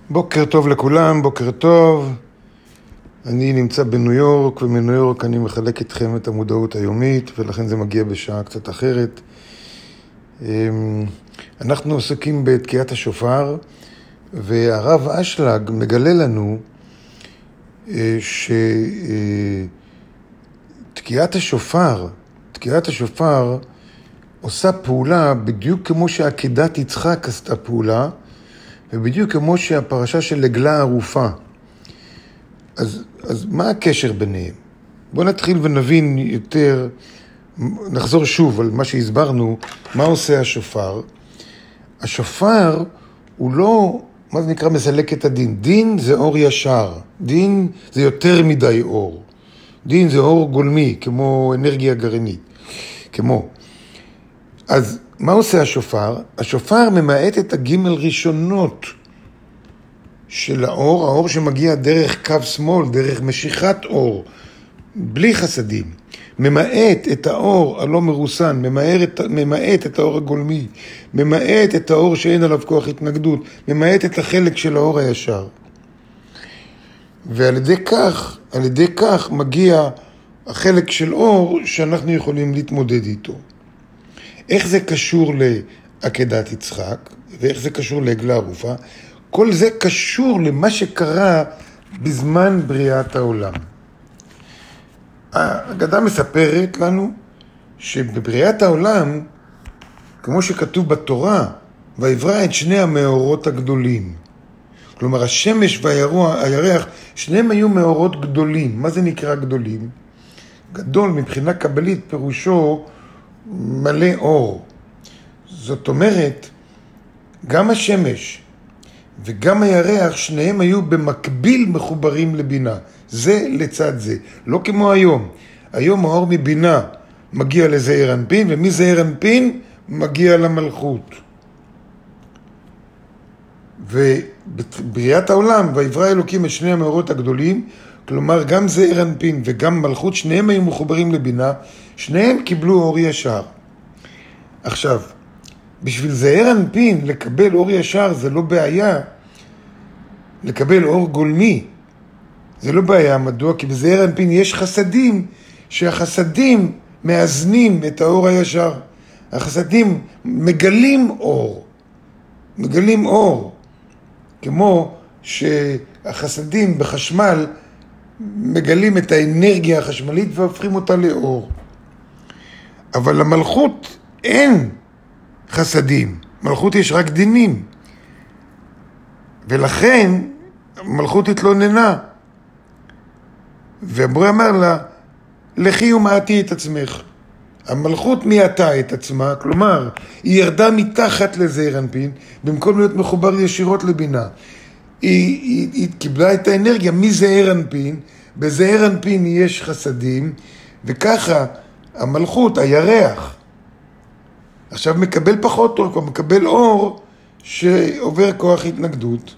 בוקר טוב לכולם, בוקר טוב. אני נמצא בניו יורק, ומניו יורק אני מחלק איתכם את המודעות היומית, ולכן זה מגיע בשעה קצת אחרת. אנחנו עוסקים בתקיעת השופר, והרב אשלג מגלה לנו שתקיעת השופר עושה פעולה בדיוק כמו שעקדת יצחק עשתה פעולה, ובדיוק כמו שהפרשה של עגלה ערופה. אז מה הקשר ביניהם? בואו נתחיל ונבין יותר, נחזור שוב על מה שהסברנו, מה עושה השופר. השופר הוא לא, מה זה נקרא, מסלק את הדין. דין זה אור ישר, דין זה יותר מדי אור. דין זה אור גולמי, כמו אנרגיה גרעינית, אז מה עושה השופר? השופר ממעט את הגימל ראשונות של האור שמגיע דרך קו שמאל, דרך משיכת אור, בלי חסדים. ממעט את האור הלא מרוסן, ממעט את האור הגולמי, ממעט את האור שאין עליו כוח התנגדות, ממעט את החלק של האור הישר. ועל ידי כך מגיע החלק של אור שאנחנו יכולים להתמודד איתו. איך זה קשור לעקדת יצחק, ואיך זה קשור לעגלה ערופה? כל זה קשור למה שקרה בזמן בריאת העולם. האגדה מספרת לנו שבבריאת העולם, כמו שכתוב בתורה, ויברא את שני המאורות הגדולים. כלומר, השמש והירח, שניהם היו מאורות גדולים. מה זה נקרא גדולים? גדול מבחינה קבלית פירושו מלא אור. זאת אומרת, גם השמש וגם הירח, שניהם היו במקביל מחוברים לבינה. זה לצד זה. לא כמו היום. היום האור מבינה מגיע לזעיר אנפין, ומזעיר אנפין מגיע למלכות. ובבריאת העולם, ויברא אלוקים את שני המאורות הגדולים, כלומר גם זעיר אנפין וגם מלכות, שניהם היו מחוברים לבינה, שניהם קיבלו אור ישר. עכשיו, בשביל זעיר אנפין לקבל אור ישר זה לא בעיה, לקבל אור גולמי זה לא בעיה. מדוע? כי בזעיר אנפין יש חסדים, שהחסדים מאזנים את האור הישר. החסדים מגלים אור, כמו שהחסדים בחשמל מגלים את האנרגיה החשמלית והופכים אותה לאור. אבל למלכות אין חסדים, מלכות יש רק דינים. ולכן מלכות התלוננה. והבורא אמר לה, לכי ומעטי את עצמך. המלכות מעטה את עצמה, כלומר, היא ירדה מתחת לזעיר אנפין, במקום להיות מחובר ישירות לבינה. היא קיבלה את האנרגיה מזעיר אנפין, בזעיר אנפין יש חסדים, וככה המלכות, הירח, עכשיו מקבל פחות אור, מקבל אור שעובר כוח התנגדות,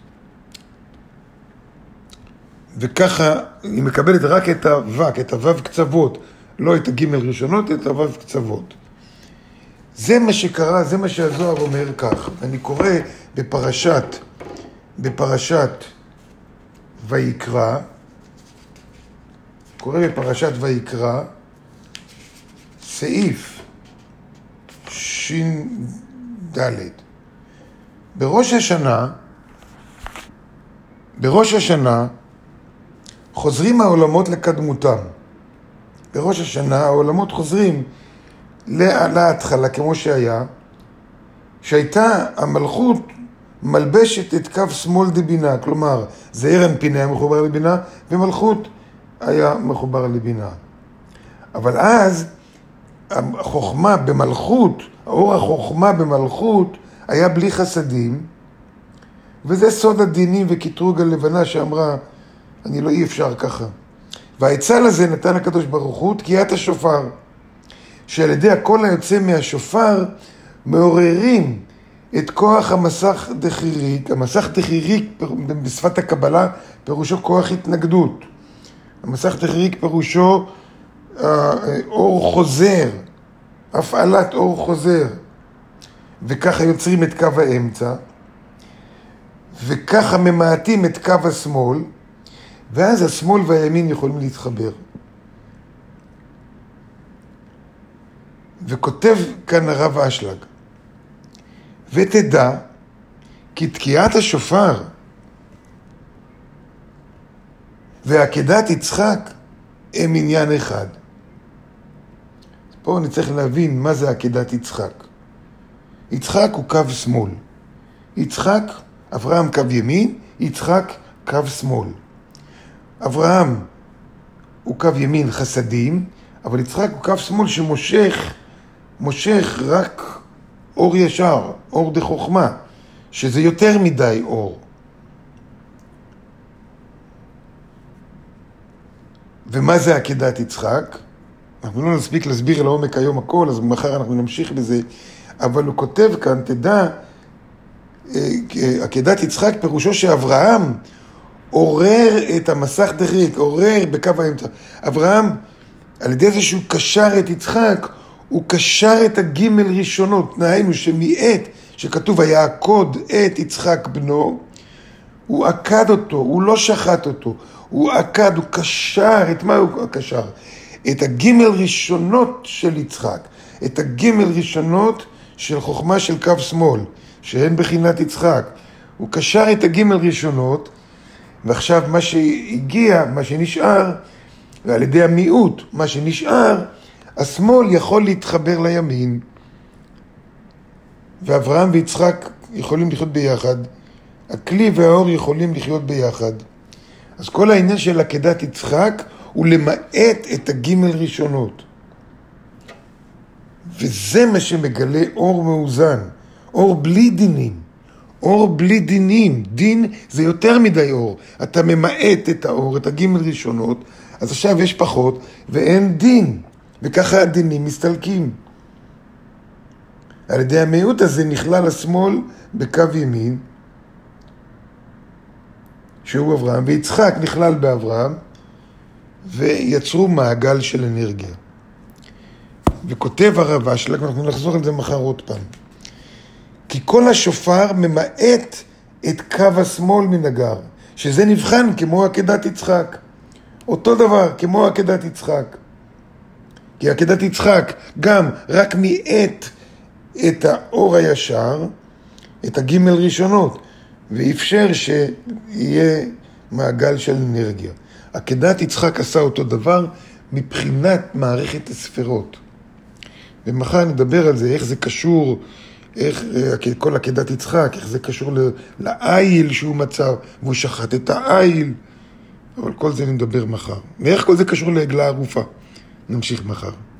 וככה היא מקבלת רק את הו"ק, את הו"ו קצוות, לא את הגימל ראשונות, את הו"ו קצוות. זה מה שקרה, זה מה שהזוהר אומר כך. אני קורא בפרשת ויקרא, סעיף ש"ד. בראש השנה חוזרים העולמות לקדמותם. בראש השנה העולמות חוזרים להתחלה כמו שהייתה המלכות מלבשת את קו שמאל דבינה, כלומר זעיר אנפין היה מחובר לבינה ומלכות היה מחובר לבינה. אבל אז החוכמה במלכות, האור החוכמה במלכות היה בלי חסדים, וזה סוד הדינים וקטרוג הלבנה שאמרה, אי אפשר ככה. והעצה לזה נתן הקדוש ברוך הוא תקיעת השופר, שעל ידי הקול היוצא מהשופר מעוררים את כוח המסך דחיריק. המסך דחיריק בשפת הקבלה פירושו כוח התנגדות. המסך דחיריק פירושו אור חוזר, הפעלת אור חוזר. וככה יוצרים את קו האמצע. וככה ממעטים את קו השמאל, ואז השמאל והימין יכולים להתחבר. וכותב כאן הרב אשלג, ותדע כי תקיעת השופר ועקדת יצחק הם עניין אחד. פה אני צריך להבין מה זה עקדת יצחק. יצחק הוא קו שמאל. יצחק, אברהם קו ימין, יצחק קו שמאל. אברהם הוא קו ימין חסדים, אבל יצחק הוא קו שמאל מושך רק אור ישר, אור דחוכמה, שזה יותר מדי אור. ומה זה עקדת יצחק? אנחנו לא נספיק להסביר לעומק היום הכל, אז מחר אנחנו נמשיך בזה, אבל הוא כותב כאן, תדע, עקדת יצחק פירושו שאברהם עורר את המסך דריק, עורר בקו האמצע. אברהם, על ידי זה שהוא קשר את יצחק, הוא קשר את הגימל ראשונות, נהיינו שמיעט, שכתוב היעקוד את יצחק בנו, הוא עקד אותו, הוא לא שחט אותו, הוא עקד, הוא קשר, את מה הוא קשר? את הגימל ראשונות של יצחק, את הגימל ראשונות של חוכמה של קו שמאל, שהן בחינת יצחק. הוא קשר את הגימל ראשונות, ועכשיו מה שהגיע, מה שנשאר, ועל ידי המיעוט, מה שנשאר, השמאל יכול להתחבר לימין, ואברהם ויצחק יכולים לחיות ביחד, הכלי והאור יכולים לחיות ביחד. אז כל העניין של עקדת יצחק הוא למעט את הגימל ראשונות. וזה מה שמגלה אור מאוזן, אור בלי דינים. אור בלי דינים, דין זה יותר מדי אור. אתה ממעט את האור, את הגימל ראשונות, אז עכשיו יש פחות ואין דין. וככה הדינים מסתלקים. על ידי המיעוט הזה נכלל השמאל בקו ימין, שהוא אברהם, ויצחק נכלל באברהם, ויצרו מעגל של אנרגיה. וכותב הרב אשלג, אנחנו נחזור על זה מחר עוד פעם. כי כל השופר ממעט את קו השמאל מן הגר, שזה נבחן כמו עקדת יצחק. אותו דבר, כמו עקדת יצחק. כי עקדת יצחק גם רק מיעט את האור הישר, את הגימל ראשונות, ואפשר שיהיה מעגל של אנרגיה. עקדת יצחק עשה אותו דבר מבחינת מערכת הספירות. ומחר נדבר על זה, איך זה קשור, איך כל עקדת יצחק, איך זה קשור לעיל שהוא מצא, והוא שחט את העיל, אבל כל זה נדבר מחר. ואיך כל זה קשור לעגלה ערופה. נמשיך מחר.